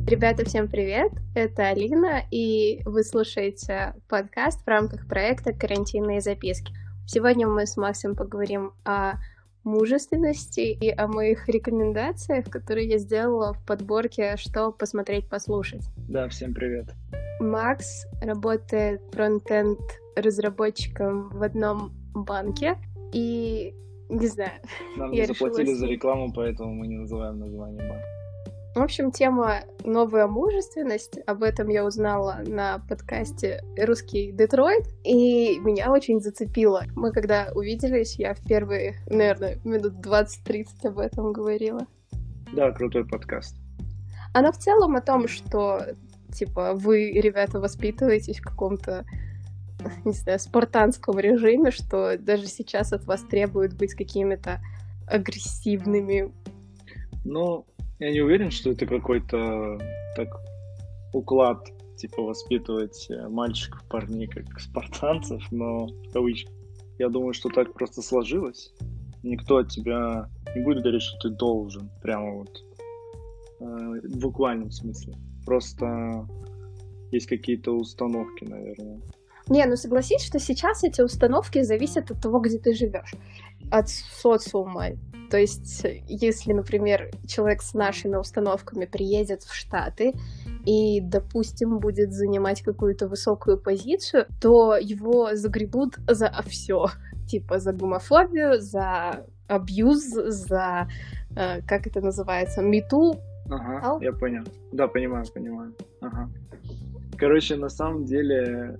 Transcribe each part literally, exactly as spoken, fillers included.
Ребята, всем привет! Это Алина, и вы слушаете подкаст в рамках проекта «Карантинные записки». Сегодня мы с Максом поговорим о мужественности и о моих рекомендациях, которые я сделала в подборке «Что посмотреть, послушать». Да, всем привет. Макс работает фронт-энд-разработчиком в одном банке, и, не знаю... Нам не заплатили за рекламу, поэтому мы не называем название банка. В общем, тема «Новая мужественность», об этом я узнала на подкасте «Русский Детройт», и меня очень зацепило. Мы когда увиделись, я в первые, наверное, минут двадцать-тридцать об этом говорила. Да, крутой подкаст. Она в целом о том, что, типа, вы, ребята, воспитываетесь в каком-то, не знаю, спартанском режиме, что даже сейчас от вас требуют быть какими-то агрессивными. Ну... Я не уверен, что это какой-то так уклад, типа воспитывать мальчиков, парней, как спартанцев, но в кавычках. Я думаю, что так просто сложилось. Никто от тебя не будет говорить, что ты должен, прямо вот э, в буквальном смысле. Просто есть какие-то установки, наверное. Не, ну согласись, что сейчас эти установки зависят от того, где ты живешь, от социума. То есть, если, например, человек с нашими установками приедет в Штаты и, допустим, будет занимать какую-то высокую позицию, то его загребут за все. Типа за гомофобию, за абьюз, за, э, как это называется, мету. Ага, Ал? Я понял. Да, понимаю, понимаю. Ага. Короче, на самом деле,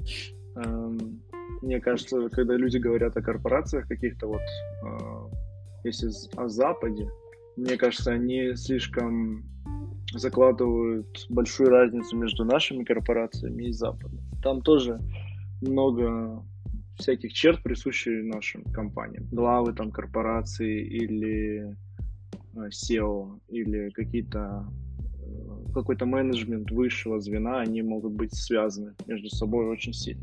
эм, мне кажется, когда люди говорят о корпорациях каких-то вот... Э, если о Западе, мне кажется, они слишком закладывают большую разницу между нашими корпорациями и Западом. Там тоже много всяких черт, присущих нашим компаниям. Главы там корпорации или сео, или какие-то какой-то менеджмент высшего звена, они могут быть связаны между собой очень сильно.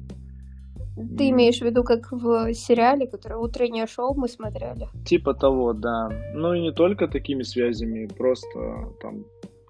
Ты имеешь в виду, как в сериале, который «Утреннее шоу» мы смотрели? Типа того, да. Ну и не только такими связями, просто там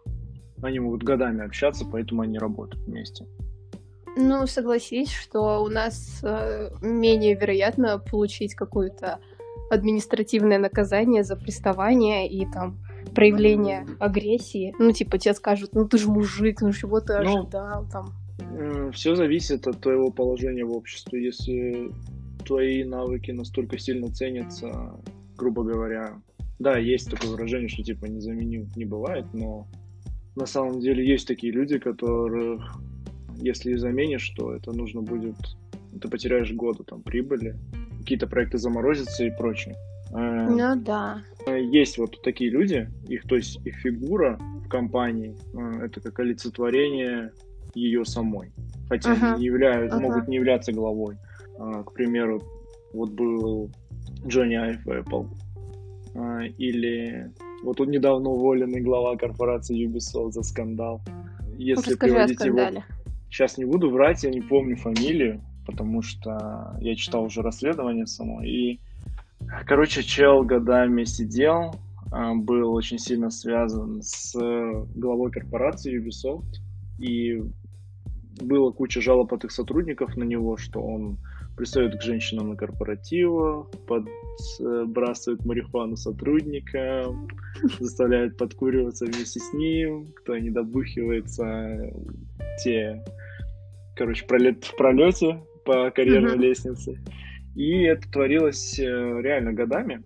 они могут годами общаться, поэтому они работают вместе. Ну, согласись, что у нас э, менее вероятно получить какое-то административное наказание за приставание и там проявление агрессии. Ну, типа, тебе скажут, ну ты же мужик, ну чего ты ну... ожидал там. Все зависит от твоего положения в обществе. Если твои навыки настолько сильно ценятся, грубо говоря, да, есть такое выражение, что типа незаменим не бывает, но на самом деле есть такие люди, которых, если заменишь, то это нужно будет, ты потеряешь годы там прибыли, какие-то проекты заморозятся и прочее. Ну да. Есть вот такие люди, их, то есть их фигура в компании, это как олицетворение ее самой, хотя uh-huh. они не являются, uh-huh. могут не являться главой. А, к примеру, вот был Джонни Айв в Apple, а, или вот он недавно уволенный глава корпорации Ubisoft за скандал. Если Расскажи приводить его, сейчас не буду врать, я не помню фамилию, потому что я читал уже расследование само. И, короче, чел годами сидел, а, был очень сильно связан с главой корпорации Ubisoft. И было куча жалоб от их сотрудников на него, что он пристает к женщинам на корпоративах, подбрасывает марихуану сотрудникам, заставляет подкуриваться вместе с ним, кто не добухивается, те, короче, пролет в пролете по карьерной uh-huh. лестнице. И это творилось реально годами,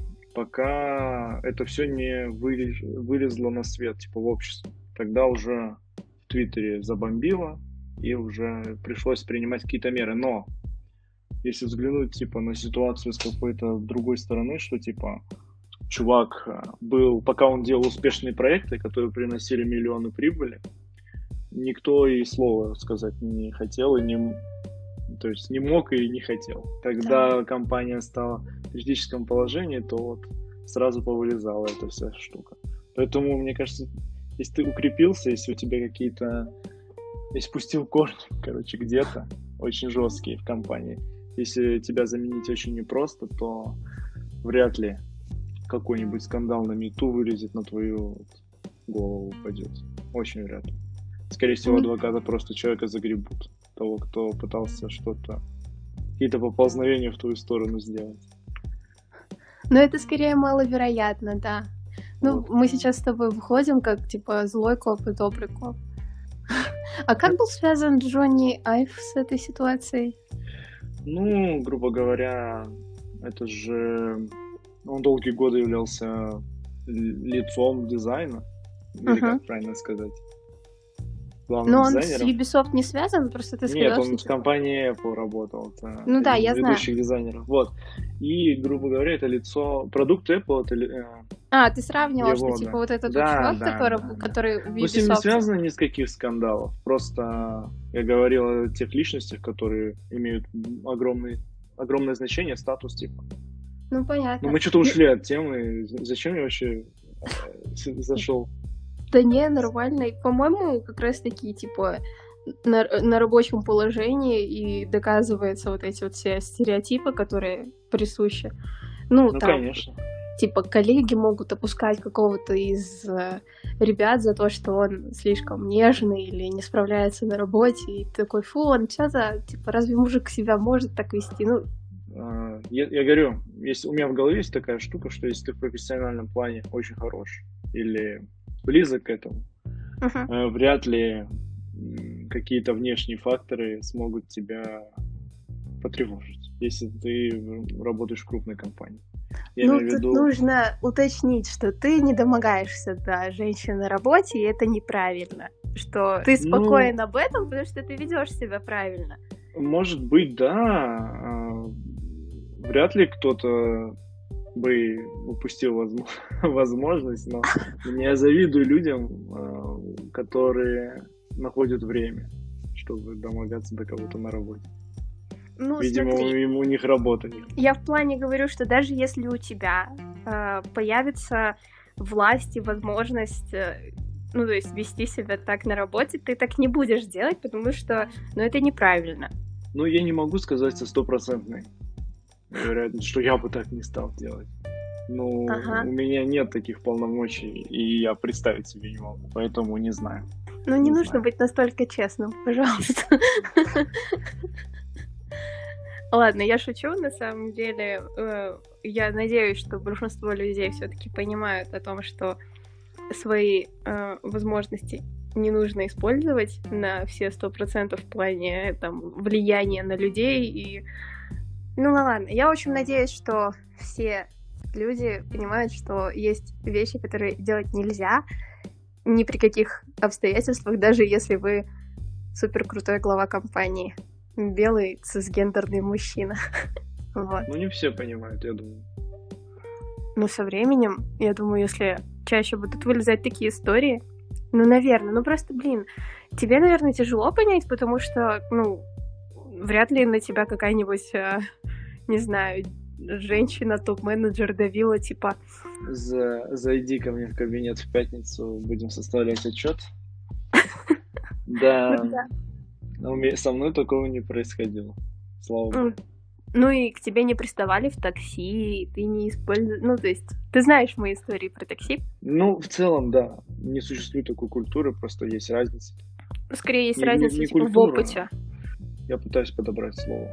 пока это все не вылезло на свет, типа в общество. Тогда уже в Твиттере забомбило, и уже пришлось принимать какие-то меры. Но если взглянуть типа на ситуацию с какой-то другой стороны, что типа чувак был, пока он делал успешные проекты, которые приносили миллионы прибыли, никто и слова сказать не хотел, и не, то есть не мог и не хотел. Когда да. компания стала в критическом положении, то вот сразу повылезала эта вся штука. Поэтому, мне кажется, если ты укрепился, если у тебя какие-то... Если пустил корни, короче, где-то, очень жесткие в компании, если тебя заменить очень непросто, то вряд ли какой-нибудь скандал на мету вылезет на твою в голову упадет. Очень вряд ли. Скорее всего, адвокаты просто человека загребут. Того, кто пытался что-то, какие-то поползновения в твою сторону сделать. Но это скорее маловероятно, да. Ну, Вот. мы сейчас с тобой выходим как, типа, злой коп и добрый коп. А как был связан Джонни Айв с этой ситуацией? Ну, грубо говоря, это же... Он долгие годы являлся лицом дизайна. Или uh-huh. как правильно сказать? Главным Но он дизайнером. с Ubisoft не связан? Просто ты сказал, Нет, он что... с компанией Apple работал. Это ну да, я знаю. ведущих дизайнеров. Вот. И, грубо говоря, это лицо... Продукт Apple, это... Э, а, ты сравнивал, его, что да. типа вот этот да, вот чувак, да, который, да, который да. в Ubisoft... Ну, с ним не связано ни с каких скандалов. Просто я говорил о тех личностях, которые имеют огромный, огромное значение, статус, типа. Ну, понятно. Ну, мы что-то ушли от темы. Зачем я вообще зашел? Да не, нормально. И, по-моему, как раз таки, типа, на, на рабочем положении и доказываются вот эти вот все стереотипы, которые присущи. Ну, ну там, конечно. Типа, коллеги могут опускать какого-то из э, ребят за то, что он слишком нежный или не справляется на работе. И ты такой, фу, он что-то, типа, разве мужик себя может так вести? Ну, Я, я говорю, есть, у меня в голове есть такая штука, что если ты в профессиональном плане очень хорош или близок к этому, uh-huh. вряд ли какие-то внешние факторы смогут тебя потревожить, если ты работаешь в крупной компании. Я ну, имею в тут виду... нужно уточнить, что ты не домогаешься до женщин на работе, и это неправильно. Что ты спокоен ну, об этом, потому что ты ведешь себя правильно. Может быть, да. Вряд ли кто-то бы упустил возможность, но я завидую людям, которые находят время, чтобы домогаться до кого-то на работе. Ну, видимо, смотри, у, у них работа нет. Я в плане говорю, что даже если у тебя э, появится власть и возможность, э, ну, то есть вести себя так на работе, ты так не будешь делать, потому что, ну, это неправильно. Ну, я не могу сказать со стопроцентной вероятностью, что я бы так не стал делать. Ну, ага. У меня нет таких полномочий, и я представить себе не могу, поэтому не знаю. Ну, не, не нужно знаю. быть настолько честным, пожалуйста. Ладно, я шучу, на самом деле. Я надеюсь, что большинство людей все-таки понимают о том, что свои возможности не нужно использовать на все сто процентов в плане там, влияния на людей. И... Ну ладно, я очень надеюсь, что все люди понимают, что есть вещи, которые делать нельзя ни при каких обстоятельствах, даже если вы суперкрутой глава компании. Белый цисгендерный мужчина. Вот. Ну, не все понимают, я думаю. Ну, со временем, я думаю, если чаще будут вылезать такие истории, ну, наверное, ну, просто, блин, тебе, наверное, тяжело понять, потому что, ну, вряд ли на тебя какая-нибудь, а, не знаю, женщина, топ-менеджер давила, типа... За... Зайди ко мне в кабинет в пятницу, будем составлять отчет. Да. Со мной такого не происходило, слава богу. Ну и к тебе не приставали в такси, ты не используешь... Ну, то есть, ты знаешь мои истории про такси? Ну, в целом, да. Не существует такой культуры, просто есть разница. Скорее, есть не, разница не, не типа культура, в опыте. Я пытаюсь подобрать слово.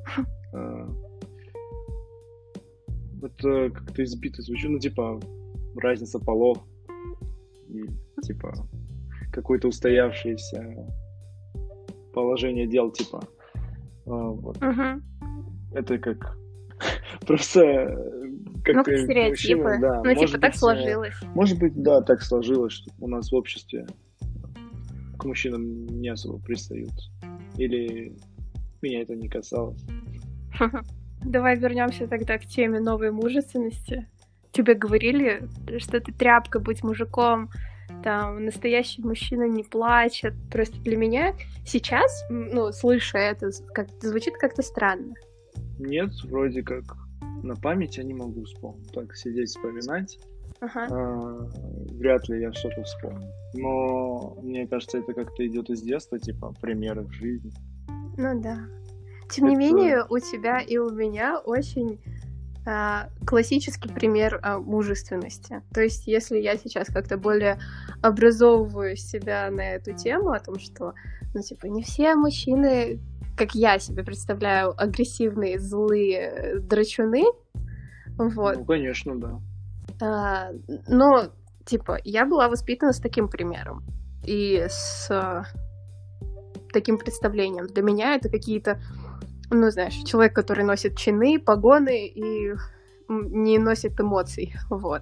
Это как-то избито звучит. Ну, типа, разница полов. И, типа, какое-то устоявшееся положение дел, типа. Вот. Угу. Это как просто как ну, как стереотипы. Мужчина, да. Ну, может типа, так быть, сложилось. Может быть, да, так сложилось, что у нас в обществе к мужчинам не особо пристают. Или меня это не касалось. Давай вернемся тогда к теме новой мужественности. Тебе говорили, что ты тряпка, будь мужиком, там, настоящий мужчина не плачет. Просто для меня сейчас, ну, слыша это, как звучит как-то странно. Нет, вроде как на память я не могу вспомнить. Так, сидеть, вспоминать. Ага. А, вряд ли я что-то вспомню. Но мне кажется, это как-то идет из детства, типа, примеры в жизни. Ну да. Тем это... не менее, у тебя и у меня очень А, классический пример а, мужественности. То есть, если я сейчас как-то более образовываю себя на эту тему, о том, что, ну, типа, не все мужчины, как я себе представляю, агрессивные, злые драчуны, вот. Ну, конечно, да. А, но, типа, я была воспитана с таким примером и с а, таким представлением. Для меня это какие-то, ну, знаешь, человек, который носит чины, погоны и не носит эмоций, вот.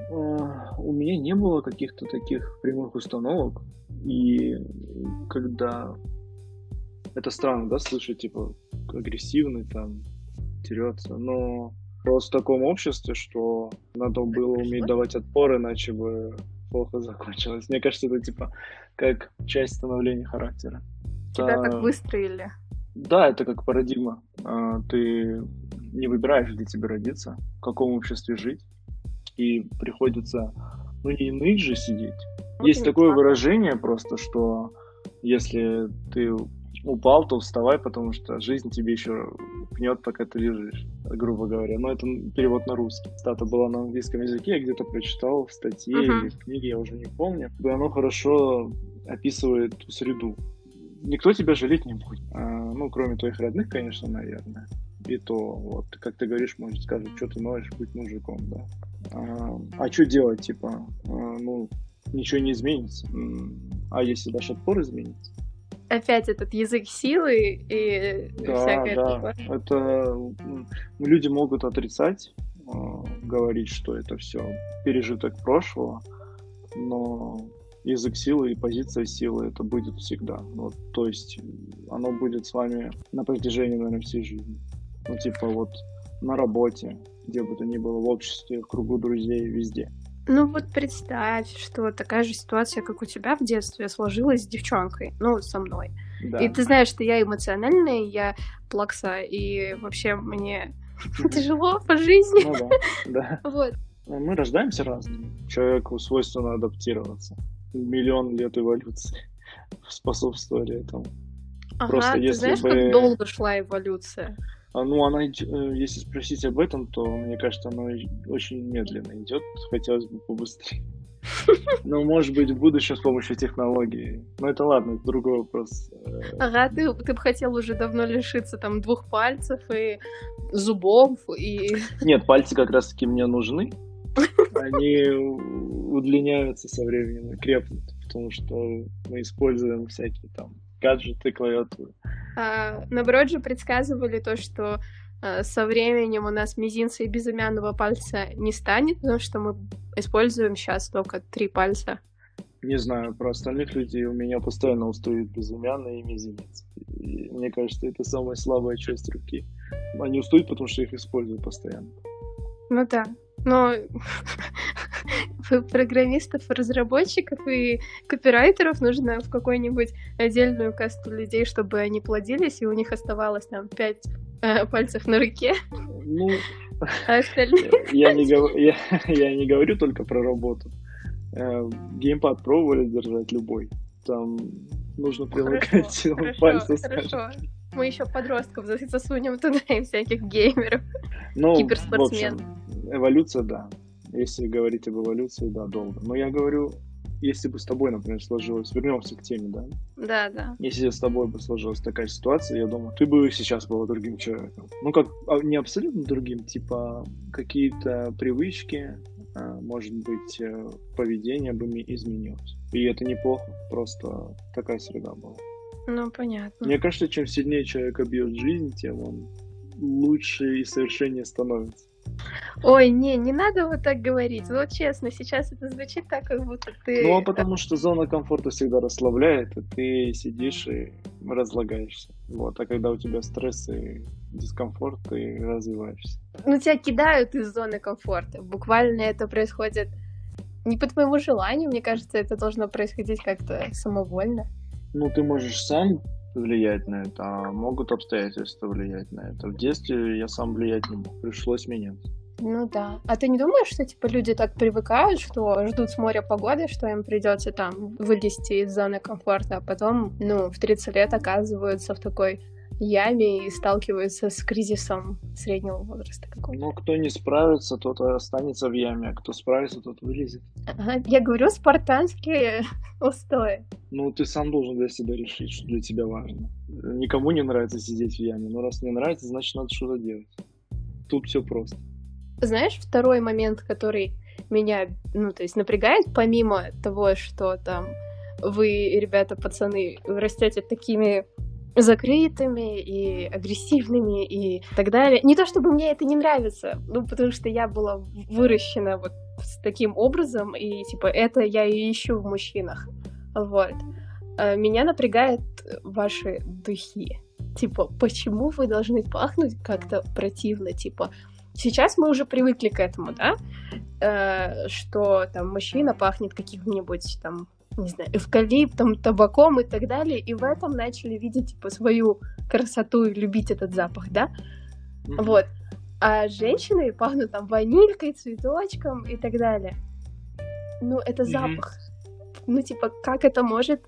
У меня не было каких-то таких прямых установок, и когда... Это странно, да, слышать, типа, агрессивный, там, терется, но просто в таком обществе, что надо было уметь давать отпор, иначе бы плохо закончилось. Мне кажется, это, типа, как часть становления характера. Тебя это... так выстроили. Да, это как парадигма. Ты не выбираешь, где тебе родиться, в каком обществе жить, и приходится, ну, не ныть же сидеть. Вот есть такое выражение просто, что если ты упал, то вставай, потому что жизнь тебе еще пнет, пока ты лежишь, грубо говоря. Но это перевод на русский. Стата была на английском языке, я где-то прочитал в статье uh-huh. или в книге, я уже не помню. И оно хорошо описывает ту среду. Никто тебя жалеть не будет. А, ну, кроме твоих родных, конечно, наверное. И то, вот, как ты говоришь, может, скажут, что ты ноешь, будь мужиком, да. А, а что делать, типа, а, ну, ничего не изменится. А если дашь отпор, изменится. Опять этот язык силы и да, всякое да. такое. Это ну, люди могут отрицать, э, говорить, что это все пережиток прошлого, но язык силы и позиция силы это будет всегда. Вот, то есть оно будет с вами на протяжении, наверное, всей жизни. Ну, типа вот на работе, где бы то ни было, в обществе, в кругу друзей, везде. Ну вот представь, что такая же ситуация, как у тебя в детстве, сложилась с девчонкой, ну, со мной. Да. И ты знаешь, что я эмоциональная, я плакса, и вообще мне тяжело по жизни. Ну да, да. Вот. Мы рождаемся разными. Человеку свойственно адаптироваться. Миллион лет эволюции способствовали этому. Ага, Просто ты если знаешь, бы... как долго шла эволюция? А, ну, она, если спросить об этом, то, мне кажется, она очень медленно идет. Хотелось бы побыстрее. Ну, может быть, в будущем с помощью технологий. Но это ладно, это другой вопрос. Ага, ты, ты бы хотел уже давно лишиться там двух пальцев и зубов, и... Нет, пальцы как раз-таки мне нужны. Они удлиняются со временем и крепнут, потому что мы используем всякие там гаджеты, клавиатуры. А, наоборот же предсказывали то, что а, со временем у нас мизинца и безымянного пальца не станет, потому что мы используем сейчас только три пальца. Не знаю, про остальных людей у меня постоянно устают безымянный и мизинец. И мне кажется, это самая слабая часть руки. Они устают, потому что их использую постоянно. Ну да, но программистов, разработчиков и копирайтеров нужно в какую-нибудь отдельную касту людей, чтобы они плодились, и у них оставалось там пять э, пальцев на руке. Ну, а остальные... я, не гов... я, я не говорю только про работу. Геймпад пробовали держать любой. Там нужно прилагать пальцы. Хорошо. Мы еще подростков засунем туда и всяких геймеров, ну, киберспортсменов. В общем, эволюция, да. Если говорить об эволюции, да, долго. Но я говорю, если бы с тобой, например, сложилось, вернемся к теме, да? Да, да. Если с тобой бы сложилась такая ситуация, я думаю, ты бы сейчас была другим человеком. Ну, как, не абсолютно другим, типа какие-то привычки, может быть, поведение бы изменилось. И это неплохо, просто такая среда была. Ну, понятно. Мне кажется, чем сильнее человека бьет жизнь, тем он лучше и совершеннее становится. Ой, не, не надо вот так говорить. Ну, честно, сейчас это звучит так, как будто ты... Ну, а потому что зона комфорта всегда расслабляет, и ты сидишь и разлагаешься. Вот, а когда у тебя стресс и дискомфорт, ты развиваешься. Ну, тебя кидают из зоны комфорта. Буквально это происходит не по твоему желанию. Мне кажется, это должно происходить как-то самовольно. Ну, ты можешь сам влиять на это, а могут обстоятельства влиять на это. В детстве я сам влиять не мог, пришлось меняться. Ну да. А ты не думаешь, что типа люди так привыкают, что ждут с моря погоды, что им придется там вылезти из зоны комфорта, а потом, ну, в тридцать лет оказываются в такой яме и сталкиваются с кризисом среднего возраста какого-то. Ну, кто не справится, тот останется в яме, а кто справится, тот вылезет. Ага, я говорю, спартанские устои. Ну, ты сам должен для себя решить, что для тебя важно. Никому не нравится сидеть в яме, но раз не нравится, значит, надо что-то делать. Тут все просто. Знаешь, второй момент, который меня, ну, то есть напрягает, помимо того, что там вы, ребята, пацаны, вы растете такими закрытыми и агрессивными и так далее. Не то чтобы мне это не нравится, ну, потому что я была выращена вот с таким образом, и, типа, это я и ищу в мужчинах. Вот. Меня напрягают ваши духи. Типа, почему вы должны пахнуть как-то противно? Типа, сейчас мы уже привыкли к этому, да? Э, что там мужчина пахнет каким-нибудь там, не знаю, эвкалиптом, табаком и так далее, и в этом начали видеть, типа, свою красоту и любить этот запах, да? Mm-hmm. Вот. А женщины пахнут там ванилькой, цветочком и так далее. Ну, это mm-hmm. запах. Ну, типа, как это может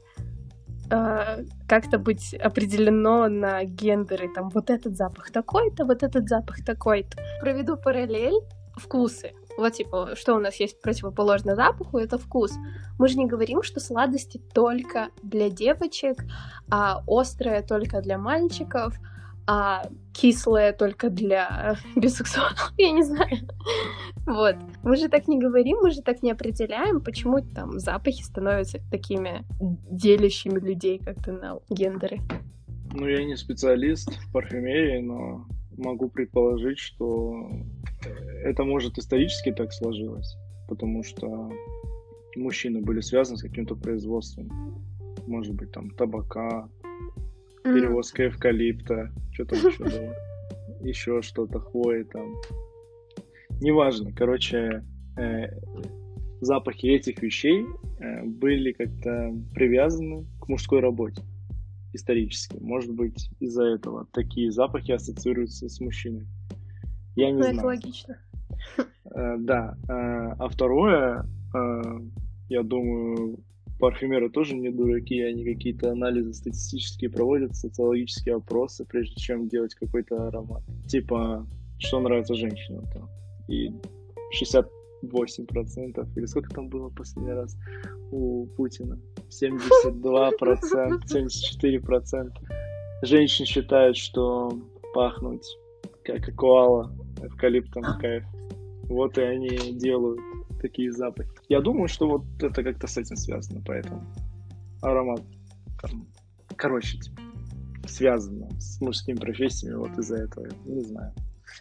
э, как-то быть определено на гендеры? Там, вот этот запах такой-то, вот этот запах такой-то. Проведу параллель. Вкусы. Вот, типа, что у нас есть противоположно запаху, это вкус. Мы же не говорим, что сладости только для девочек, а острое только для мальчиков, а кислое только для бисексуалов, я не знаю. Вот. Мы же так не говорим, мы же так не определяем, почему там запахи становятся такими делящими людей как-то на гендеры. Ну, я не специалист в парфюмерии, но могу предположить, что это, может, исторически так сложилось, потому что мужчины были связаны с каким-то производством, может быть, там, табака, mm-hmm. перевозка эвкалипта, что там еще было, еще что-то, хвои там. Неважно, короче, э, запахи этих вещей э, были как-то привязаны к мужской работе исторически. Может быть, из-за этого такие запахи ассоциируются с мужчиной. Я не ну, знаю. Это логично. Э, да. Э, а второе, э, я думаю, парфюмеры тоже не дураки, они какие-то анализы статистические проводят, социологические опросы, прежде чем делать какой-то аромат. Типа, что нравится женщинам там. И шестьдесят восемь процентов, или сколько там было последний раз у Путина? семьдесят два процента, семьдесят четыре процента. Женщин считают, что пахнуть как коала эвкалиптом кайф. Вот и они делают такие запахи. Я думаю, что вот это как-то с этим связано, поэтому аромат, короче, типа, связано с мужскими профессиями вот из-за этого, не знаю.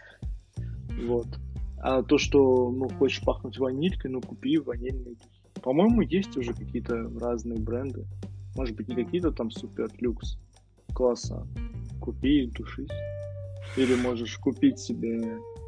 Вот. А то, что, ну, хочешь пахнуть ванилькой, ну, купи ванильный духи. По-моему, есть уже какие-то разные бренды. Может быть, не какие-то там супер люкс класса. Купи и душись. Или можешь купить себе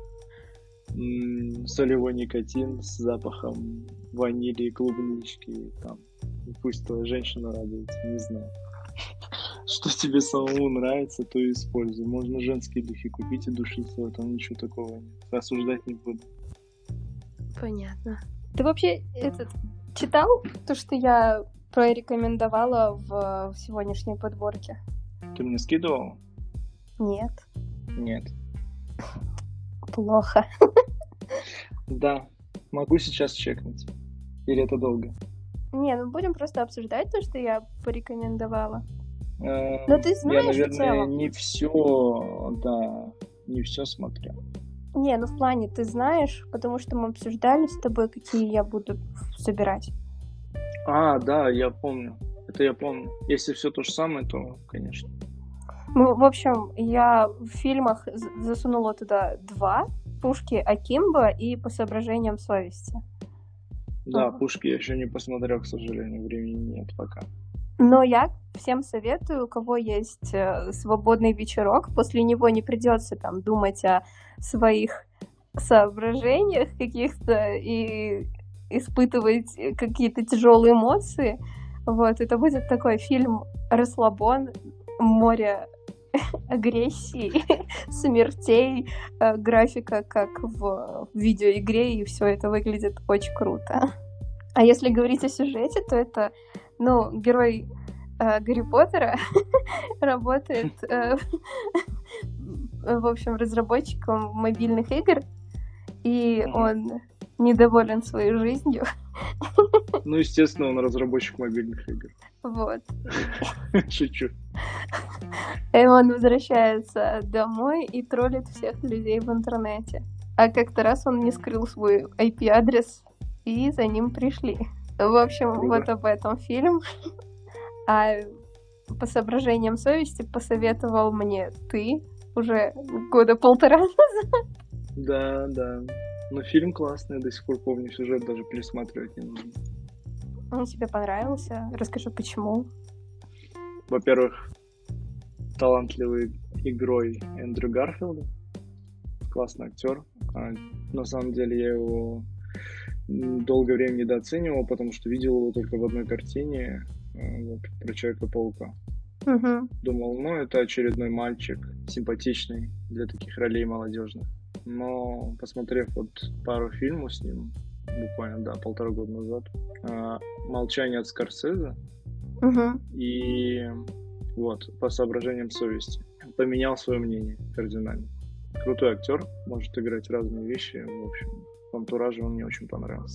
м- солевой никотин с запахом ванили и клубнички. Там. Пусть твоя женщина радуется, не знаю. Что тебе самому нравится, то и используй. Можно женские духи купить и душиться, в этом ничего такого нет. Осуждать не буду. Понятно. Ты вообще этот читал то, что я прорекомендовала в, в сегодняшней подборке? Ты мне скидывал? Нет. Нет. Плохо. Да. Могу сейчас чекнуть. Или это долго? Не, ну будем просто обсуждать то, что я порекомендовала. Э, Но ты знаешь, я, наверное, в целом. не все, да, не все смотрел. Не, ну в плане ты знаешь, потому что мы обсуждали с тобой, какие я буду собирать. А, да, я помню. Это я помню. Если все то же самое, то, конечно. Ну, в общем, я в фильмах засунула туда два. Пушки Акимбо и По соображениям совести. Да, ага. Пушки я еще не посмотрел, к сожалению, времени нет пока. Но я всем советую, у кого есть э, свободный вечерок, после него не придется там думать о своих соображениях каких-то и испытывать какие-то тяжелые эмоции. Вот, это будет такой фильм расслабон, море агрессии, смертей, э, графика, как в видеоигре, и все это выглядит очень круто. А если говорить о сюжете, то это, ну, герой э, Гарри Поттера работает, э, в общем, разработчиком мобильных игр, и Мгм. он недоволен своей жизнью. Ну, естественно, он разработчик мобильных игр. Вот. Шучу. И он возвращается домой и троллит всех людей в интернете. А как-то раз он не скрыл свой ай пи-адрес, и за ним пришли. В общем, Круто. вот об этом фильм. А по соображениям совести посоветовал мне ты уже года полтора назад. Да, да. Но фильм классный, до сих пор помню сюжет, даже пересматривать не нужно. Он тебе понравился? Расскажи, почему. Во-первых, талантливый игрой Эндрю Гарфилда. Классный актер. А, на самом деле я его м, долгое время недооценивал, потому что видел его только в одной картине, э, вот, про Человека-паука. Угу. Думал, ну, это очередной мальчик, симпатичный для таких ролей молодежных. Но, посмотрев вот пару фильмов с ним, буквально, да, полтора года назад, а, «Молчание» от Скорсезе Угу. и вот, по соображениям совести, поменял свое мнение кардинально. Крутой актер, может играть разные вещи, в общем, в «Антураже» он мне очень понравился.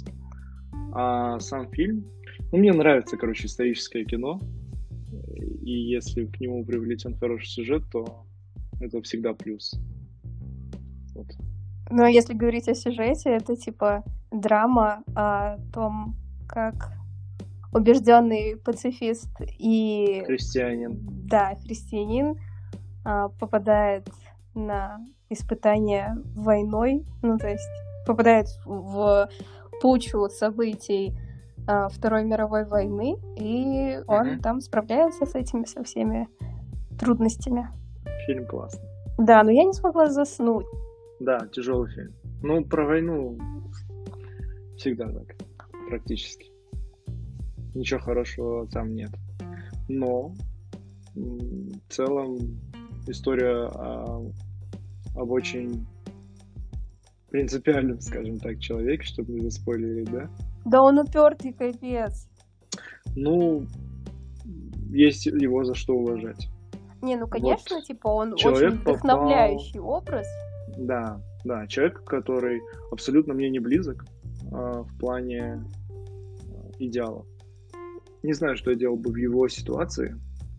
А сам фильм, ну, мне нравится, короче, историческое кино, и если к нему привлечен хороший сюжет, то это всегда плюс. Вот. Но если говорить о сюжете, это типа драма о том, как убежденный пацифист и Христианин. да, христианин а, попадает на испытание войной, ну то есть попадает в пучу событий а, Второй мировой войны, и он Мгм. там справляется с этими со всеми трудностями. Фильм классный. Да, но я не смогла заснуть. Да, тяжелый фильм. Ну, про войну всегда так, практически. Ничего хорошего там нет. Но м, в целом история о- об очень принципиальном, скажем так, человеке, чтобы не заспойлерить, да? Да он упертый капец. Ну, есть его за что уважать. Не, ну конечно, Вот типа он человек очень вдохновляющий образ. Да, да, человек, который абсолютно мне не близок а, в плане а, идеала. Не знаю, что я делал бы в его ситуации,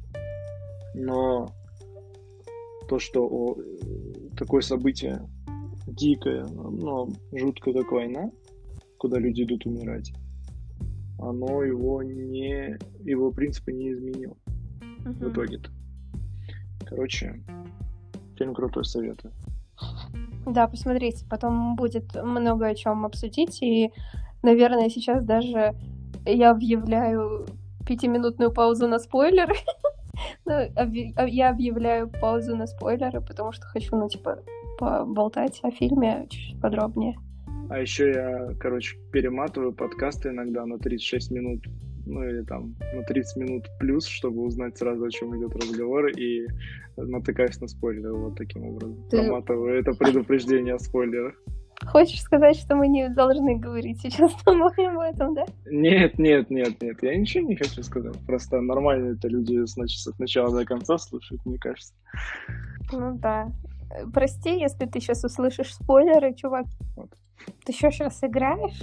но то, что о, такое событие дикое, но жуткое, как война, куда люди идут умирать, оно его не, его принципы не изменило в Мгм. итоге-то. Короче, фильм крутой, советую. Да, посмотрите, потом будет много о чем обсудить, и, наверное, сейчас даже я объявляю пятиминутную паузу на спойлеры. Ну, объ- а я объявляю паузу на спойлеры, потому что хочу, ну, типа, поболтать о фильме чуть-чуть подробнее. А еще я, короче, перематываю подкасты иногда на тридцать шесть минут, ну или там на тридцать минут плюс, чтобы узнать сразу, о чем идет разговор, и натыкаюсь на спойлеры вот таким образом. Ты- Проматываю это предупреждение о спойлерах. Хочешь сказать, что мы не должны говорить сейчас с тобой об этом, да? Нет, нет, нет, нет, я ничего не хочу сказать. Просто нормально это люди, значит, от начала до конца слушают, мне кажется. Ну да. Э, Прости, если ты сейчас услышишь спойлеры, чувак. Вот. Ты что, сейчас играешь?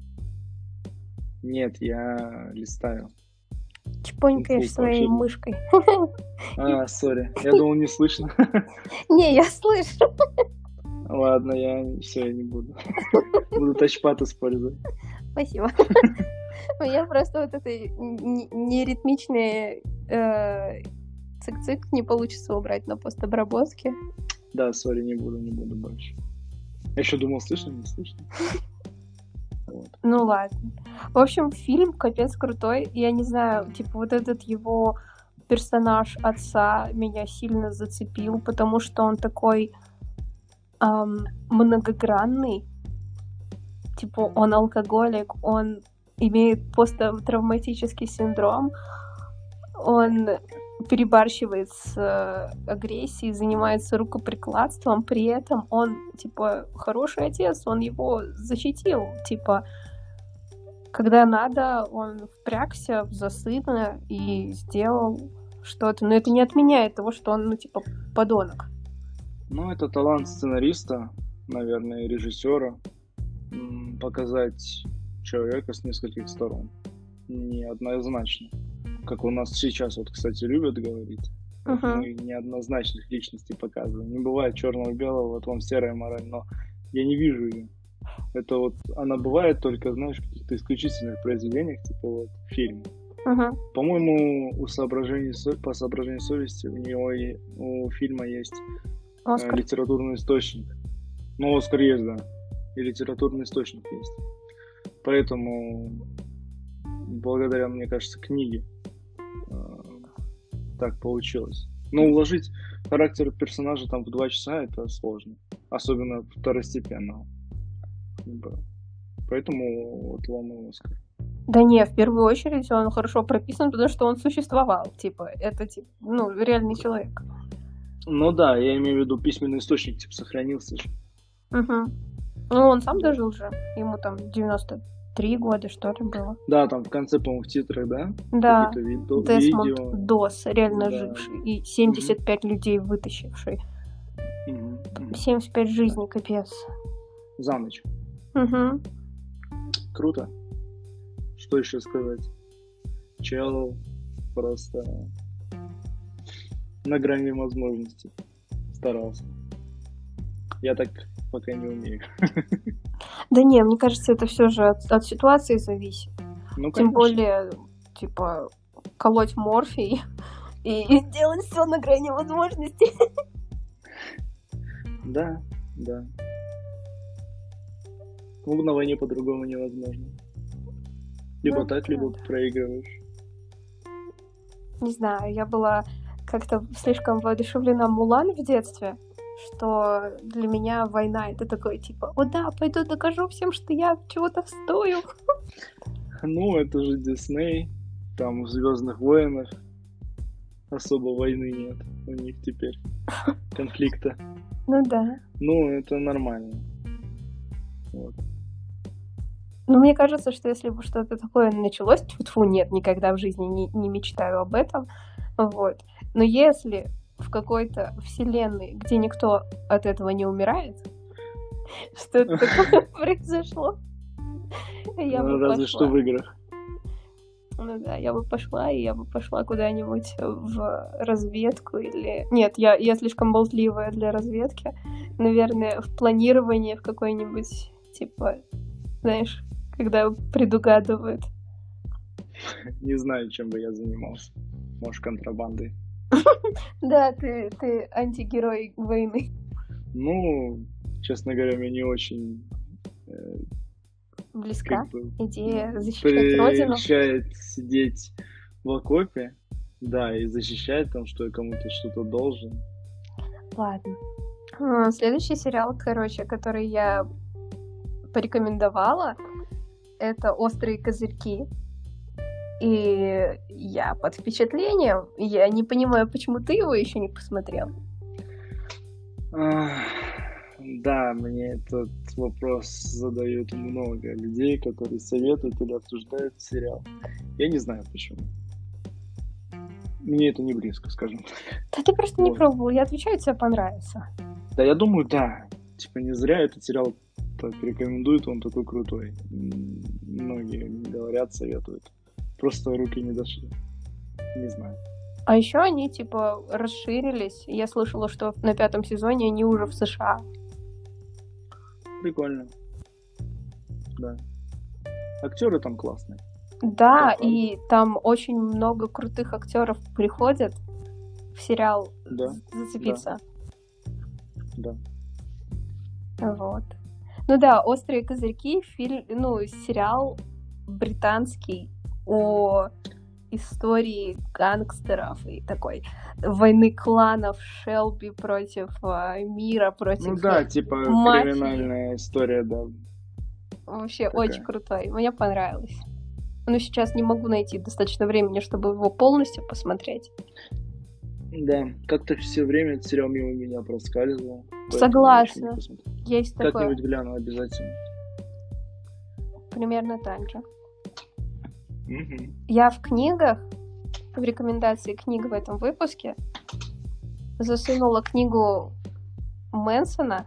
Нет, я листаю. Чпонькаешь Инфу по своей фильму. мышкой. А, сори, я думал, не слышно. Не, я слышу. Ладно, я все, я не буду. Буду тачпад использовать. Спасибо. У меня просто вот это н- неритмичные э, цик-цик не получится убрать на постобработке. Да, сори, не буду, не буду больше. Я еще думал, слышно, не слышно. Вот. Ну ладно. В общем, фильм капец крутой. Я не знаю, типа вот этот его персонаж отца меня сильно зацепил, потому что он такой ам, многогранный. Типа он алкоголик, он имеет посттравматический синдром, он перебарщивает с э, агрессией, занимается рукоприкладством, при этом он, типа, хороший отец, он его защитил, типа, Когда надо, он впрягся за сына и сделал что-то. Но это не отменяет того, что он, ну, типа, подонок. Ну, это талант сценариста, наверное, и режиссера. Показать человека с нескольких сторон. Неоднозначно. Как у нас сейчас, вот, кстати, любят говорить. Uh-huh. Мы неоднозначных личностей показываем. Не бывает черного-белого, вот вам серая мораль, но я не вижу ее. Это вот, она бывает только, знаешь, в каких-то исключительных произведениях, типа вот фильм. Uh-huh. По-моему, у соображений, по соображению совести у него и, у фильма есть э, литературный источник. Ну, Оскар есть, да. И литературный источник есть. Поэтому, благодаря, мне кажется, книге э, так получилось. Но уложить характер персонажа там в два часа это сложно. Особенно второстепенного. Поэтому вот вам и Оскар. Да не, в первую очередь он хорошо прописан, потому что он существовал. Типа, это типа, ну, реальный человек. Ну да, я имею в виду письменный источник, типа, сохранился же. Угу. Ну, он сам дожил же. Ему там девяносто три года, что ли, было. Да, там в конце, по-моему, в титрах, да? Да. Видео, Десмонд видео. Дос, реально да. живший. И семьдесят пять угу. людей вытащивший. Угу. семьдесят пять жизней, капец. За ночь. Угу. Круто. Что еще сказать? Чел просто на грани возможностей старался. Я так пока не умею. Да не, мне кажется, это все же от, от ситуации зависит. Ну, Тем более, типа, колоть морфий и, и делать все на грани возможностей. Да, да. Ну, на войне по-другому невозможно. Либо ну, так, да. либо проигрываешь. Не знаю, я была как-то слишком воодушевлена Мулан в детстве, что для меня война это такое, типа, о да, пойду докажу всем, что я чего-то стою. Ну, это же Дисней, там в «Звездных войнах» особо войны нет у них теперь, конфликта. Ну да. Ну, это нормально. Вот. Ну, мне кажется, что если бы что-то такое началось, тьфу-тьфу, нет, никогда в жизни не, не мечтаю об этом, вот. Но если в какой-то вселенной, где никто от этого не умирает, что-то такое произошло, я бы пошла. Разве что в играх. Ну да, я бы пошла, и я бы пошла куда-нибудь в разведку или... Нет, я, я слишком болтливая для разведки. Наверное, в планировании в какой-нибудь, типа, знаешь, когда предугадывают. Не знаю, чем бы я занимался. Может, контрабандой. Да, ты, ты антигерой войны. Ну, честно говоря, мне не очень... Близка как бы, идея защищать родину. Прельщает сидеть в окопе, да, и защищать там, что я кому-то что-то должен. Ладно. Следующий сериал, короче, который я порекомендовала, это «Острые козырьки». И я под впечатлением. Я не понимаю, почему ты его еще не посмотрел. Да, мне этот вопрос задают много людей, которые советуют или обсуждают сериал. Я не знаю почему. Мне это не близко, скажем так. Да ты просто вот. Не пробовал. Я отвечаю, тебе понравится. Да, я думаю, да. Типа не зря этот сериал так рекомендуют, он такой крутой. Многие говорят, советуют. Просто руки не дошли. Не знаю. А еще они, типа, расширились. Я слышала, что на пятом сезоне они уже в США. Прикольно. Да. Актеры там классные. Да, это и правда. Там очень много крутых актеров приходят в сериал да. зацепиться. Да. да. Вот. Ну да, «Острые козырьки», фильм, ну, сериал британский о истории гангстеров и такой войны кланов, Шелби против а, мира, против ну да, типа мафии. Криминальная история, да. Вообще такая. Очень крутой, мне понравилось. Но сейчас не могу найти достаточно времени, чтобы его полностью посмотреть. Да, как-то все время этот сериал мимо меня проскальзывал. Согласна. Есть такое. такое. Как-нибудь гляну обязательно. Примерно так же. Мгм. Я в книгах, в рекомендации книг в этом выпуске засунула книгу Мэнсона,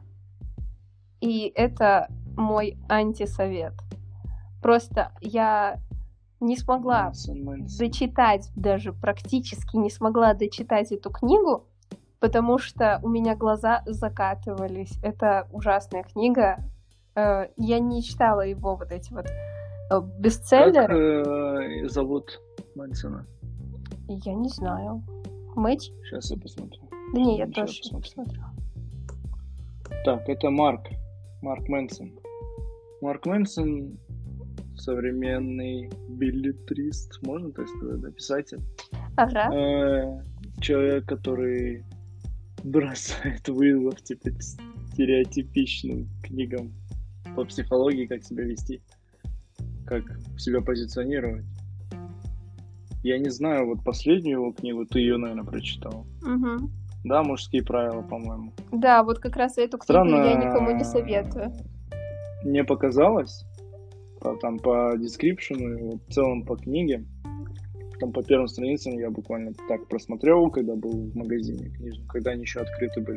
и это мой антисовет. Просто я не смогла Мэнсон, Мэнсон. дочитать, даже практически не смогла дочитать эту книгу, потому что у меня глаза закатывались. Это ужасная книга. Э, Я не читала его вот эти вот э, Как бестселлеры. э, зовут Мэнсона? Я не знаю. Мэтью? Сейчас я посмотрю. Да не, я Сейчас тоже посмотрю. посмотрю. Так, это Марк. Марк Мэнсон. Марк Мэнсон современный билетрист, можно так сказать, да, писатель. Ага. Э, Человек, который бросает вызов типа стереотипичным книгам по психологии, как себя вести, как себя позиционировать. Я не знаю, вот последнюю его книгу, ты ее, наверное, прочитал. Мгм. Да, «Мужские правила», по-моему. Да, вот как раз эту книгу Странно, я никому не советую. мне показалось, по, там, по дескрипшену, и вот в целом по книге, там по первым страницам я буквально так просмотрел, когда был в магазине книжном, когда они еще открыты были,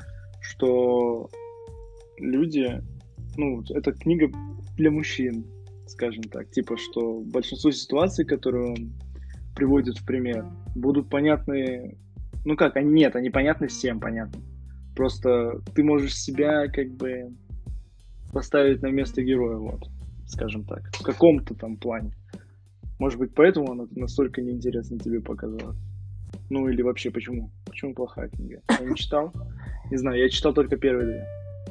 что люди, ну, это книга для мужчин, скажем так, типа, что большинство ситуаций, которые он приводит в пример, будут понятны, ну как, они нет, они понятны всем, понятно. Просто ты можешь себя как бы поставить на место героя, вот, скажем так, в каком-то там плане. Может быть, поэтому она настолько неинтересно тебе показалась. Ну или вообще, почему? Почему плохая книга? Я не читал. Не знаю, я читал только первые две.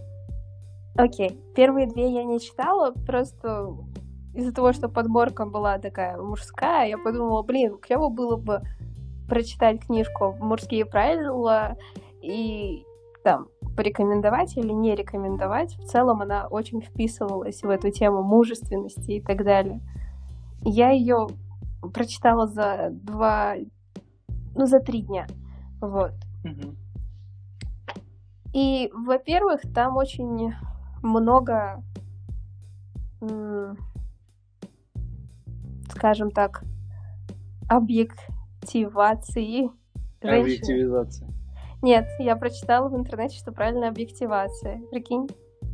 Окей, первые две я не читала, просто из-за того, что подборка была такая мужская, я подумала, блин, клево было бы прочитать книжку «Мужские правила» и там порекомендовать или не рекомендовать. В целом она очень вписывалась в эту тему мужественности и так далее. Я ее прочитала за два, ну, за три дня. Вот. Угу. И, во-первых, там очень много, м, скажем так, объективации женщины. Объективизация. Нет, я прочитала в интернете, что правильно объективация. Прикинь?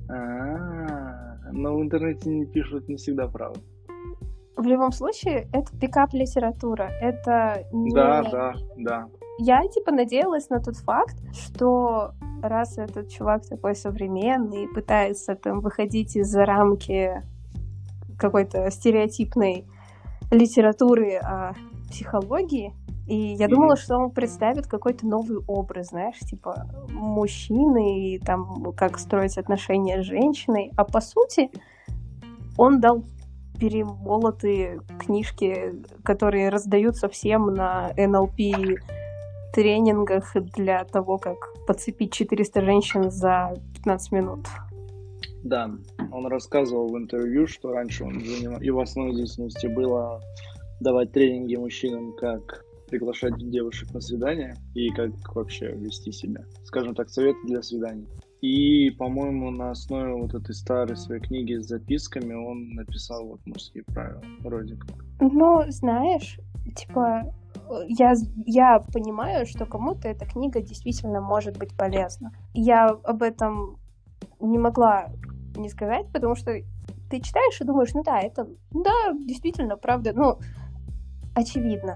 А-а-а. Но в интернете не пишут не всегда правду. В любом случае, это пикап-литература. Это не... Да, да, да. Я, типа, надеялась на тот факт, что раз этот чувак такой современный, пытается там выходить из-за рамки какой-то стереотипной литературы о психологии, и я mm-hmm. думала, что он представит какой-то новый образ, знаешь, типа мужчины, и там, как строить отношения с женщиной, а по сути он дал перемолотые книжки, которые раздаются всем на эн эл пи тренингах для того, как подцепить четыреста женщин за пятнадцать минут. Да, он рассказывал в интервью, что раньше он занимал, его основной деятельностью было давать тренинги мужчинам, как приглашать девушек на свидание и как вообще вести себя. Скажем так, советы для свиданий. И, по-моему, на основе вот этой старой своей книги с записками он написал вот «Мужские правила», вроде как. Ну, знаешь, типа, я, я понимаю, что кому-то эта книга действительно может быть полезна. Я об этом не могла не сказать, потому что ты читаешь и думаешь, ну да, это, да, действительно, правда, ну, очевидно.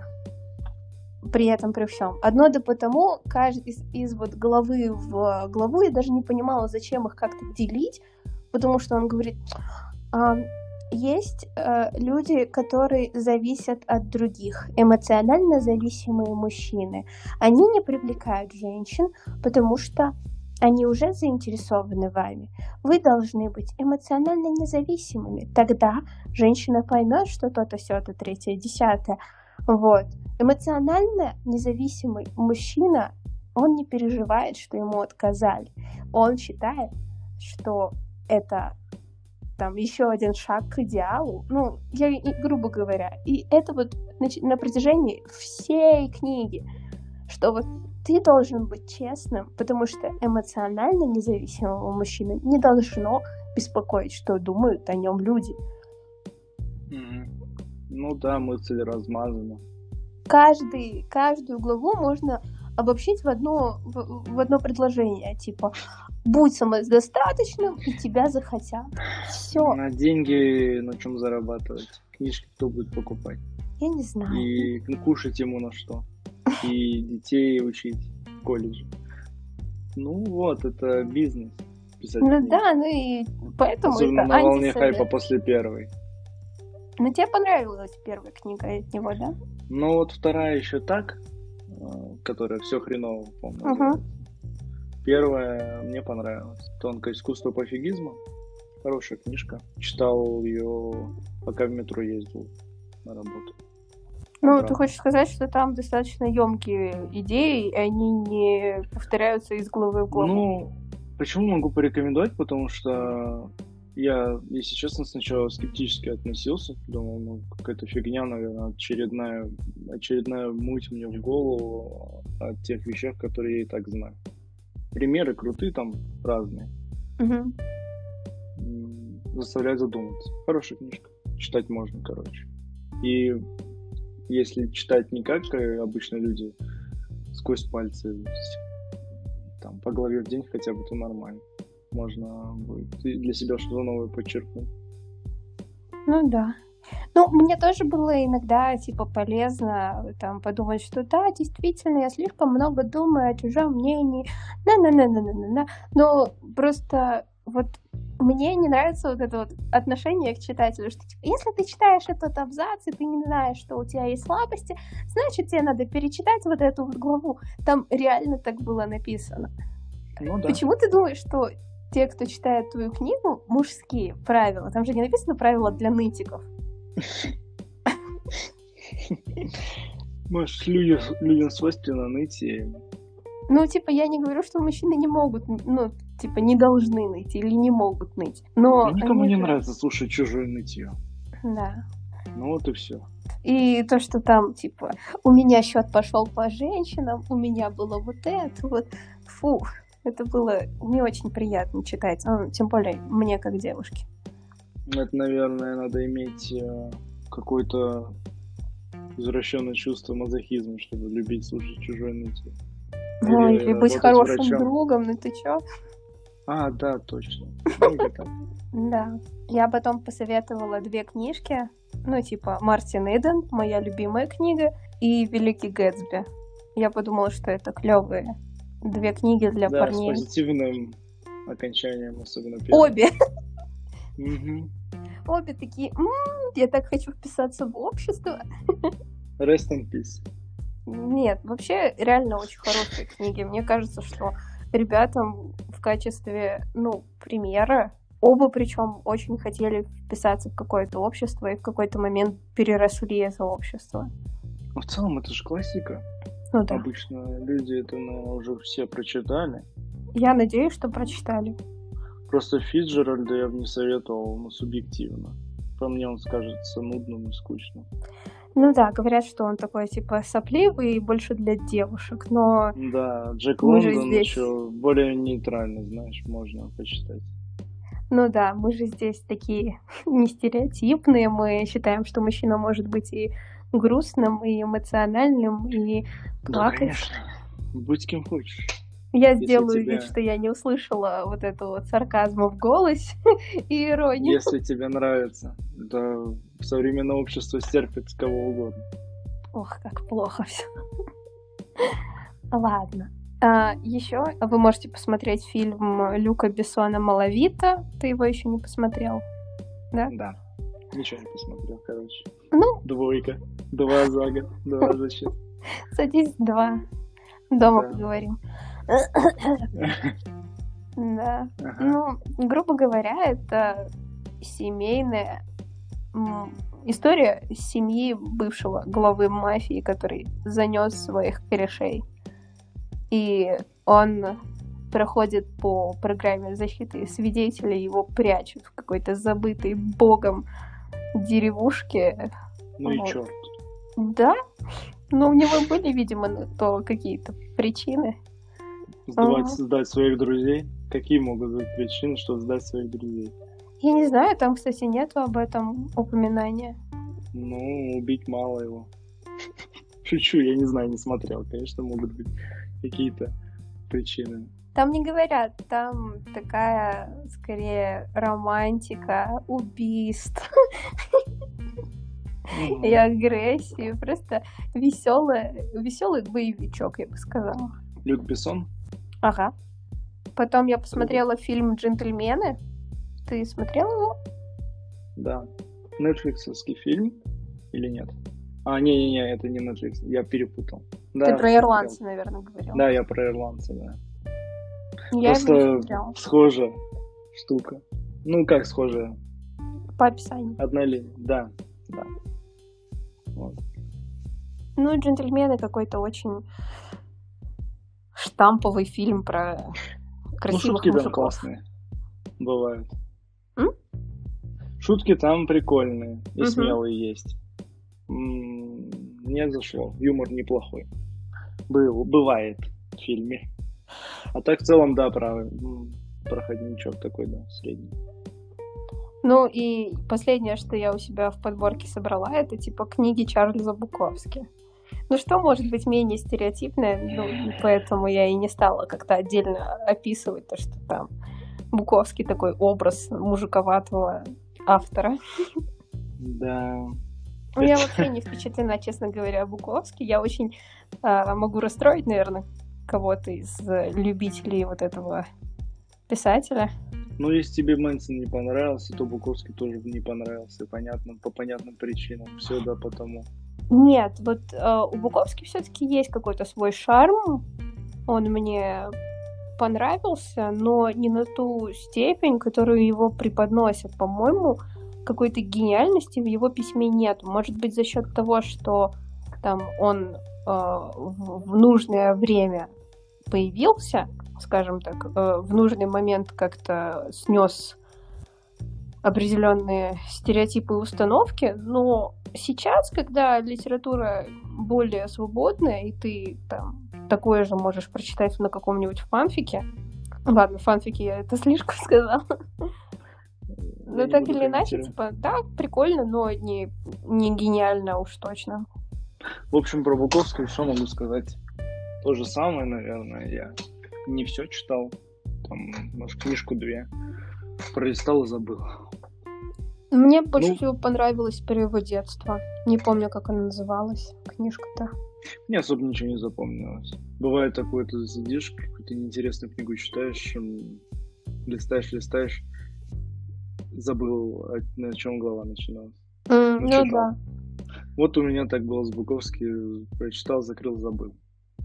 При этом, при всем. Одно да потому, каждый из, из вот главы в главу я даже не понимала, зачем их как-то делить, потому что он говорит, а, есть а, люди, которые зависят от других, эмоционально зависимые мужчины. Они не привлекают женщин, потому что они уже заинтересованы вами. Вы должны быть эмоционально независимыми. Тогда женщина поймет, что то-то, сё-то, третье, десятое. Вот. Эмоционально независимый мужчина, он не переживает, что ему отказали. Он считает, что это там еще один шаг к идеалу. Ну, я, грубо говоря. И это вот на протяжении всей книги, что вот ты должен быть честным, потому что эмоционально независимого мужчины не должно беспокоить, что думают о нем люди. Mm-hmm. Ну да, мысль размазана. Каждый, каждую главу можно обобщить в одно, в, в одно предложение, типа «Будь самодостаточным, и тебя захотят». Все. На деньги на чем зарабатывать? Книжки кто будет покупать? Я не знаю. И кушать ему на что? И детей учить в колледже. Ну вот, это бизнес. Писать Ну книги. да, ну и поэтому Особенно это на волне антисовет. хайпа после первой. Ну тебе понравилась первая книга от него, да? Ну вот вторая еще так, которая «Все хреново», по-моему, называется. Первая мне понравилась. «Тонкое искусство пофигизма». Хорошая книжка. Читал ее, пока в метро ездил на работу. Ну, Правда. ты хочешь сказать, что там достаточно емкие идеи, и они не повторяются из главы в главу? Ну, почему могу порекомендовать? Потому что я, если честно, сначала скептически относился. Думал, ну, какая-то фигня, наверное, очередная, очередная муть мне в голову о тех вещах, которые я и так знаю. Примеры крутые там разные. Угу. Заставляет задуматься. Хорошая книжка. Читать можно, короче. И если читать не как обычно люди, сквозь пальцы, там, по главе в день хотя бы, то нормально. Можно будет для себя что-то новое подчеркнуть. Ну да. Ну, мне тоже было иногда, типа, полезно там подумать, что да, действительно, я слишком много думаю о чужом мнении, на-на-на-на-на-на-на. Но просто вот мне не нравится вот это вот отношение к читателю, что типа, если ты читаешь этот абзац, и ты не знаешь, что у тебя есть слабости, значит, тебе надо перечитать вот эту вот главу. Там реально так было написано. Ну да. Почему ты думаешь, что те, кто читает твою книгу, мужские правила? Там же не написано правила для нытиков. Может, людям, людям свойственно ныть и... Ну, типа, я не говорю, что мужчины не могут, ну, типа, не должны ныть или не могут ныть. Но никому не же... нравится слушать чужое нытье. Да. Ну вот и все. И то, что там, типа, у меня счет пошел по женщинам, у меня было вот это, вот, фу, это было не очень приятно читать, ну, тем более мне как девушке. Это, наверное, надо иметь э, какое-то извращенное чувство мазохизма, чтобы любить слушать чужое нытье. Ну, или, или быть хорошим врачом. другом, ну ты чё? А, да, точно. Ну, да. Я потом посоветовала две книжки, ну, типа Мартин Иден, моя любимая книга, и Великий Гэтсби. Я подумала, что это клевые две книги для да, парней. С позитивным окончанием, особенно первое. Обе. Угу. Обе такие, м-м, я так хочу вписаться в общество. Rest in peace. Нет, вообще реально очень хорошие книги. Мне кажется, что ребятам в качестве, ну, примера, оба причем очень хотели вписаться в какое-то общество и в какой-то момент переросли это общество. Ну, в целом, это же классика. Ну да. Обычно люди это, ну, уже все прочитали. Я надеюсь, что прочитали. Просто Фицджеральда я бы не советовал, ну, субъективно. По мне он скажется нудным и скучным. Ну да, говорят, что он такой, типа, сопливый и больше для девушек, но... Да, Джек мы Лондон здесь... еще более нейтрально, знаешь, можно почитать. Ну да, мы же здесь такие не стереотипные, мы считаем, что мужчина может быть и грустным, и эмоциональным, и плакать. Да, конечно. Будь кем хочешь. Я Если сделаю тебя... вид, что я не услышала вот этого вот сарказма в голосе и иронию. Если тебе нравится, да, современное общество стерпит кого угодно. Ох, как плохо все. Ладно. А, еще вы можете посмотреть фильм Люка Бессона «Малавита». Ты его еще не посмотрел, да? Да. Ничего не посмотрел, короче. Ну? Двойка. Два за год, два за счет. Садись, два. Дома да. поговорим. Да. Ага. Ну, грубо говоря, это семейная м, история семьи бывшего главы мафии, который занес своих корешей. И он проходит по программе защиты свидетелей, его прячут в какой-то забытой богом деревушке. Ну вот. И черт. Да? Но у него были, видимо, на то какие-то причины. Сдавать, ага. Сдать своих друзей? Какие могут быть причины, чтобы сдать своих друзей? Я не знаю, там, кстати, нету об этом упоминания. Ну, убить мало его. Шучу, я не знаю, не смотрел. Конечно, могут быть какие-то причины. Там не говорят, там такая, скорее, романтика, убийств Мгм. и агрессии. Просто веселый, веселый боевичок, я бы сказала. Люк Бессон? Ага. Потом я посмотрела фильм «Джентльмены». Ты смотрел его? Да. Нетфликсовский фильм или нет? А, не-не-не, это не Netflix, я перепутал. Да, Ты про смотрел. ирландца, наверное, говорил. Да, я про ирландца, да. Я его не Просто смотрела. схожая штука. Ну, как схожая? По описанию. Одна линия, да, да. Вот. Ну, «Джентльмены» какой-то очень штамповый фильм про Ну, красивых шутки там мужиков. классные бывают. М? Шутки там прикольные и Мгм. смелые есть. М, Мне зашло. Юмор неплохой. Был, бывает в фильме. А так в целом, да, про м, проходничок такой, да, средний. Ну и последнее, что я у себя в подборке собрала, это типа книги Чарльза Буковски. Ну что может быть менее стереотипное? Ну, и поэтому я и не стала как-то отдельно описывать то, что там Буковский такой образ мужиковатого автора. Да. Ну, я Это- вообще не впечатлена, честно говоря, Буковски. Я очень а, могу расстроить, наверное, кого-то из э, любителей вот этого писателя. Ну, если тебе Мэнсон не понравился, то Буковский тоже не понравился. Понятно, по понятным причинам. Все, да, потому. Нет, вот э, у Буковски все-таки есть какой-то свой шарм. Он мне понравился, но не на ту степень, которую его преподносят. По-моему, какой-то гениальности в его письме нет. Может быть, за счет того, что там он э, в, в нужное время появился, скажем так, э, в нужный момент как-то снес определенные стереотипы и установки, но сейчас, когда литература более свободная, и ты там такое же можешь прочитать на каком-нибудь фанфике, ладно, фанфики я это слишком сказала, но Я не так буду или иначе, комментировать. типа, да, прикольно, но не, не гениально уж точно. В общем, про Буковского что могу сказать? То же самое, наверное. Я не все читал. Там, может, книжку-две. Пролистал и забыл. Мне больше Ну, всего понравилось про его детство. Не помню, как она называлась, книжка-то. мне особо ничего не запомнилось. Бывает такое, ты сидишь, какую-то неинтересную книгу читаешь, м, листаешь, листаешь, забыл, о- на чем глава начиналась. М, Ну, ну читал. да. Вот у меня так было с Буковским. Прочитал, закрыл, забыл.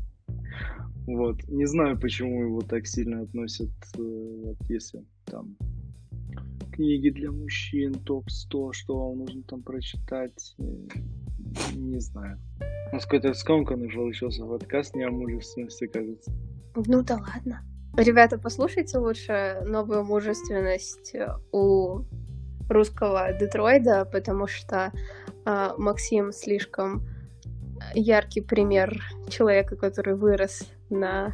Вот. Не знаю, почему его так сильно относят, э, вот если там книги для мужчин, топ сто, что вам нужно там прочитать, э, не знаю. У нас какой-то скомканный получился подкаст, не о мужественности, кажется. Ну да ладно. Ребята, послушайте лучше новую мужественность у русского Детройда, потому что а, Максим слишком яркий пример человека, который вырос на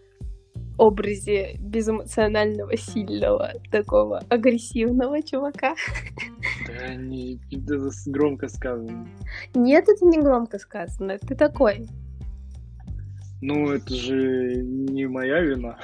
образе безэмоционального, сильного, такого агрессивного чувака. Да не, это громко сказано. Нет, это не громко сказано, ты такой. Ну, это же не моя вина.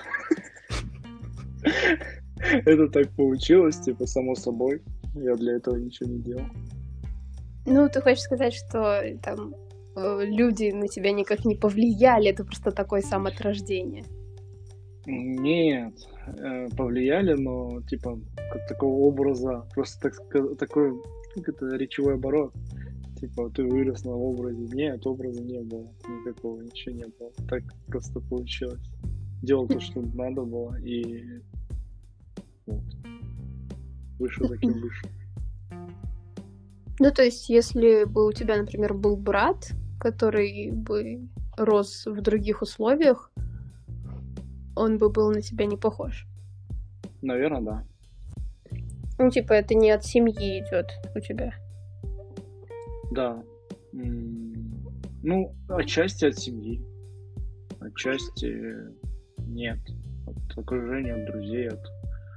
Это так получилось, типа, само собой. Я для этого ничего не делал. Ну, ты хочешь сказать, что там э, люди на тебя никак не повлияли, это просто такое сам от рождения. Нет, э, повлияли, но, типа, как такого образа, просто так, ска- такой, как это, речевой оборот. Типа, ты вырос на образе. Нет, образа не было никакого, ничего не было. Так просто получилось. Делал то, что надо было, и вот. Вышел таким вышел. Ну, то есть, если бы у тебя, например, был брат, который бы рос в других условиях, он бы был на тебя не похож. Наверное, да. Ну, типа, это не от семьи идет у тебя. Да. М, Ну, отчасти от семьи. Отчасти нет. От окружения, от друзей, от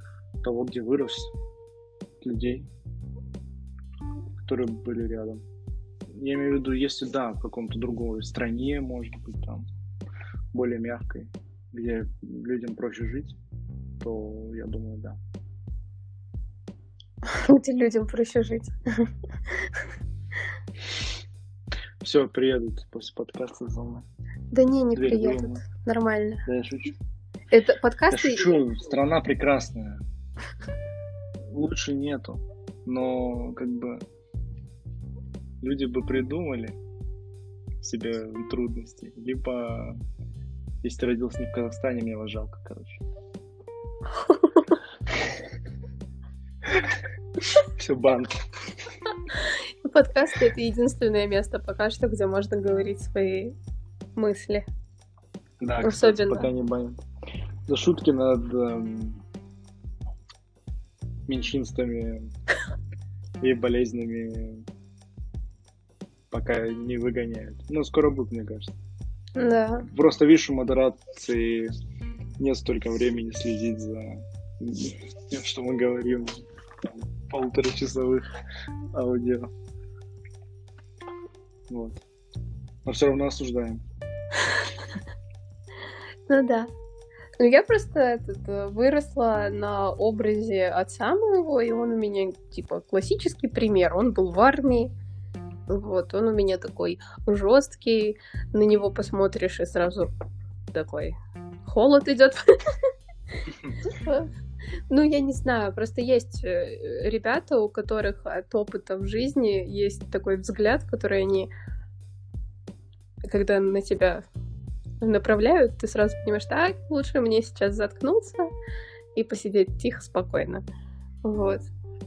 того, где вырос, от людей, которые были рядом. я имею в виду, если да, в каком-то другой стране, может быть, там, более мягкой, где людям проще жить, то я думаю, да. Где людям проще жить. Все, приедут после подкаста за мной. Да не, не Дверь приедут. выломают. Нормально. Да, я шучу. Это Я подкасты... шучу, страна прекрасная. Лучше нету. Но, как бы, люди бы придумали себе трудности. Либо, если ты родился не в Казахстане, мне вас жалко, короче. Все, банк. Подкасты — это единственное место пока что, где можно говорить свои мысли. Да, кстати, Особенно. пока не банят. За шутки над эм, меньшинствами и болезнями пока не выгоняют. Ну, скоро будут, мне кажется. Да. Просто, видишь, у модерации нет столько времени следить за тем, что мы говорим в полуторачасовых аудио. Вот. Но все равно осуждаем. Ну да. Ну я просто этот, выросла на образе отца моего, и он у меня, типа, классический пример. Он был в армии. Вот, он у меня такой жесткий. На него посмотришь, и сразу такой холод идет. Ну, я не знаю, просто есть ребята, у которых от опыта в жизни есть такой взгляд, который они, когда на тебя направляют, ты сразу понимаешь, так, лучше мне сейчас заткнуться и посидеть тихо, спокойно. Вот.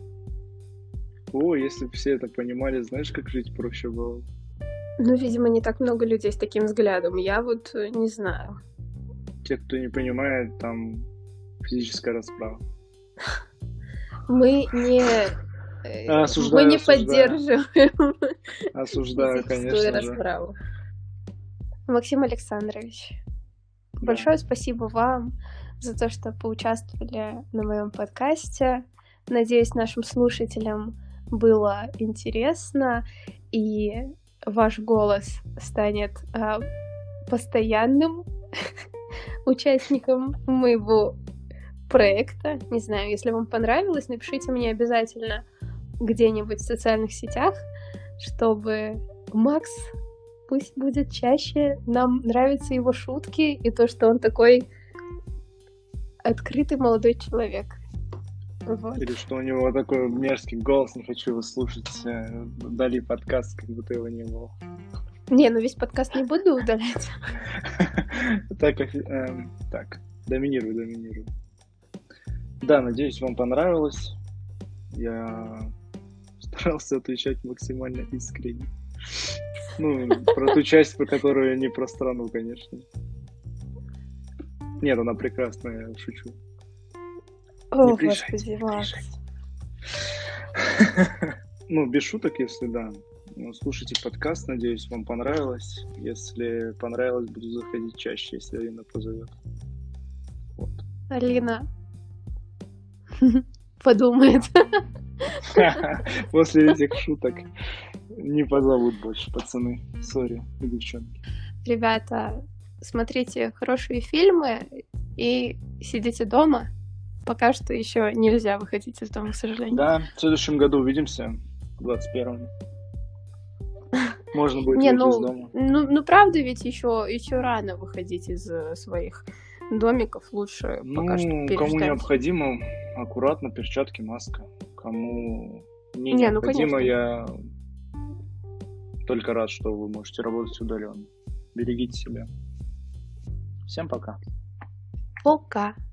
О, если бы все это понимали, знаешь, как жить проще было? Ну, видимо, не так много людей с таким взглядом. Я вот не знаю. Те, кто не понимает, там физическая расправа. Мы не... Осуждаю, Мы не осуждаю. поддерживаем Осуждаю, физическую конечно же. расправу. Максим Александрович, Да. большое спасибо вам за то, что поучаствовали на моем подкасте. Надеюсь, нашим слушателям было интересно, и ваш голос станет э, постоянным участником моего проекта. Не знаю, если вам понравилось, напишите мне обязательно где-нибудь в социальных сетях, чтобы Макс пусть будет чаще. Нам нравятся его шутки и то, что он такой открытый молодой человек. Вот. Или что у него такой мерзкий голос, не хочу его слушать. Дали подкаст, как будто его не было. Не, ну весь подкаст не буду удалять. Так, эм, так, доминирую, доминирую. Да, надеюсь, вам понравилось. Я старался отвечать максимально искренне. Ну, про ту часть, про которую не про страну, конечно. Нет, она прекрасная, я шучу. О, Не приезжайте, господи, не Макс. приезжайте. Ну, без шуток, если да. Ну, слушайте подкаст, надеюсь, вам понравилось. Если понравилось, буду заходить чаще, если Алина позовет. Вот. Алина подумает. После этих шуток не позовут больше, пацаны. Сори, девчонки. Ребята, смотрите хорошие фильмы и сидите дома. Пока что еще нельзя выходить из дома, к сожалению. Да, в следующем году увидимся, двадцать первом. Можно будет Не, выйти ну, из дома. Ну, ну, правда, ведь еще, еще рано выходить из э, своих домиков. Лучше Ну, пока что переждать. кому необходимо, аккуратно, перчатки, маска. Кому не, Не, ну, необходимо, конечно. я только рад, что вы можете работать удаленно. Берегите себя. Всем пока. Пока.